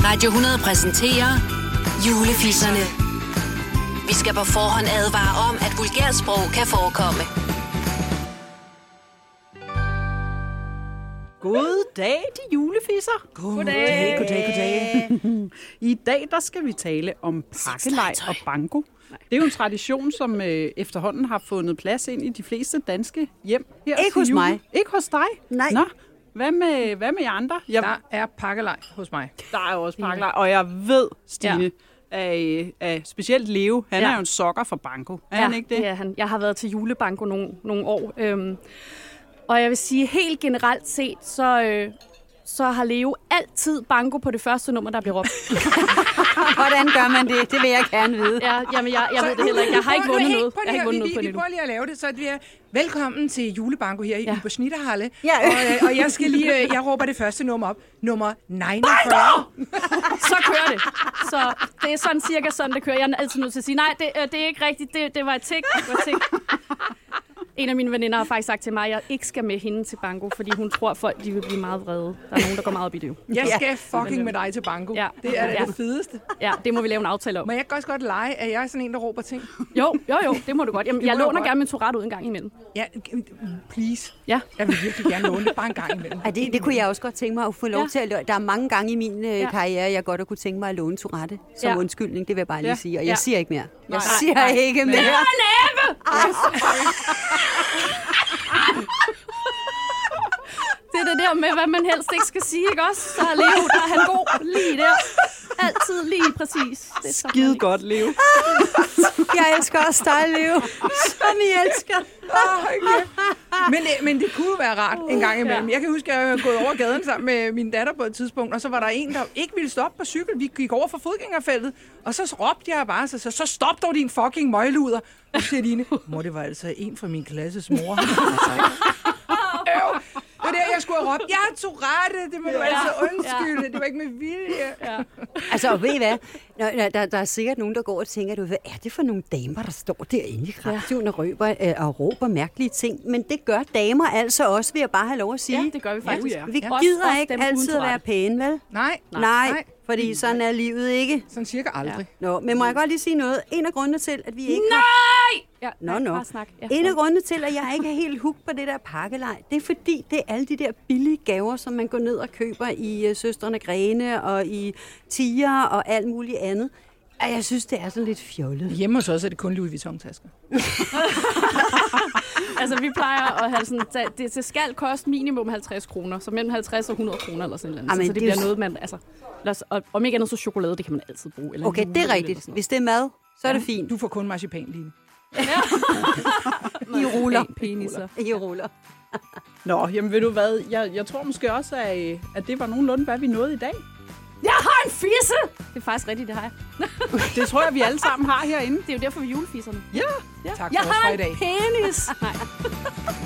Radio 100 præsenterer Julefisserne. Vi skal på forhånd advare om, at vulgært sprog kan forekomme. God dag, de julefisser. Goddag. I dag der skal vi tale om pakkelej og banko. Det er jo en tradition, som efterhånden har fundet plads ind i de fleste danske hjem. Her ikke hos mig. Ikke hos dig? Nej. Nå, hvad med jer andre? Der er pakkelej hos mig. Der er jo også pakkelej, og jeg ved, Stine, af specielt Leo, han er jo en sokker for banko. Er han ikke det? Ja, jeg har været til julebanko nogle år. Og jeg vil sige, helt generelt set, så har Leo altid banko på det første nummer, der bliver råbt. Hvordan gør man det? Det vil jeg gerne vide. Ja, jamen, jeg ved det heller ikke. Jeg har ikke vundet noget. Vi prøver lige at lave det, så vi er velkommen til julebanko her i Ubersnitterhalle. Ja. Og jeg skal lige, jeg råber det første nummer op. Nummer 49. Så kører det. Så det er sådan cirka sådan, det kører. Jeg er altid nødt til at sige, nej, det er ikke rigtigt. Det var et tik. En af mine veninder har faktisk sagt til mig, at jeg ikke skal med hende til banko, fordi hun tror, at folk de vil blive meget vrede. Der er nogen, der går meget op i det jo. Jeg skal fucking med dig til banko. Ja. Det er det fedeste. Ja, det må vi lave en aftale om. Må jeg også godt lege, at jeg er sådan en, der råber ting? Jo, det må du godt. Jamen, jeg låner gerne min Tourette ud en gang imellem. Ja, please. Ja. Jeg vil virkelig gerne låne det bare en gang imellem. Det kunne jeg også godt tænke mig at få lov til at låne. Der er mange gange i min karriere, jeg godt kunne tænke mig at låne Tourette som undskyldning. Det vil jeg bare lige sige. Og jeg siger ikke mere. Jeg siger ikke mere. Det er det der med, hvad man helst ikke skal sige, ikke også? Så er Leo, der er han god lige der. Altid lige præcis. Skide godt, Leo. Jeg elsker også dig, Leo. Som I elsker. Men det kunne være rart en gang imellem. Jeg kan huske, at jeg var gået over gaden sammen med min datter på et tidspunkt, og så var der en, der ikke ville stoppe på cykel. Vi gik over for fodgængerfeltet, og så råbte jeg bare, så stop dog din fucking møgluder. Og så siger Line, mor, det var altså en fra min klasses mor. Det var der, jeg skulle have råbt. Jeg har Tourette, det må du altså undskylde. Det var ikke med vilje. Ja. Altså, ved I hvad? Der er sikkert nogen, der går og tænker, hvad er det for nogle damer, der står derinde i radioen og råber mærkelige ting? Men det gør damer altså også, vil jeg bare have lov at sige. Ja, det gør vi faktisk. Vi gider ikke altid at være pæne, vel? Nej. Fordi sådan er livet ikke. Sådan cirka aldrig. Nå, men må jeg godt lige sige noget? En af grundene til, at vi ikke Ja, Bare snak. Ja. En af grundene til, at jeg ikke er helt hooked på det der pakkelej, det er fordi, det er alle de der billige gaver, som man går ned og køber i Søstrene Grene og i Tiger og alt muligt andet. Og jeg synes, det er sådan lidt fjollet. Hjemme hos os er det kun Louis Vuitton-tasker. Altså, vi plejer at have sådan, det skal koste minimum 50 kroner, så mellem 50 og 100 kroner eller sådan noget. Så det bliver noget, man, altså, om ikke andet så chokolade, det kan man altid bruge. Eller okay, det er rigtigt. Hvis det er mad, så er det fint. Du får kun marcipan, Line. I ruller. Peniser. I ruller. Nå, jamen ved du hvad, jeg tror måske også, at det var nogenlunde, hvad vi nåede i dag. Jeg har en fisse! Det er faktisk rigtigt, det har jeg. Det tror jeg, vi alle sammen har herinde. Det er jo derfor, vi julefisserne. Ja. Tak jeg for os for i dag. Jeg har en penis! Nej.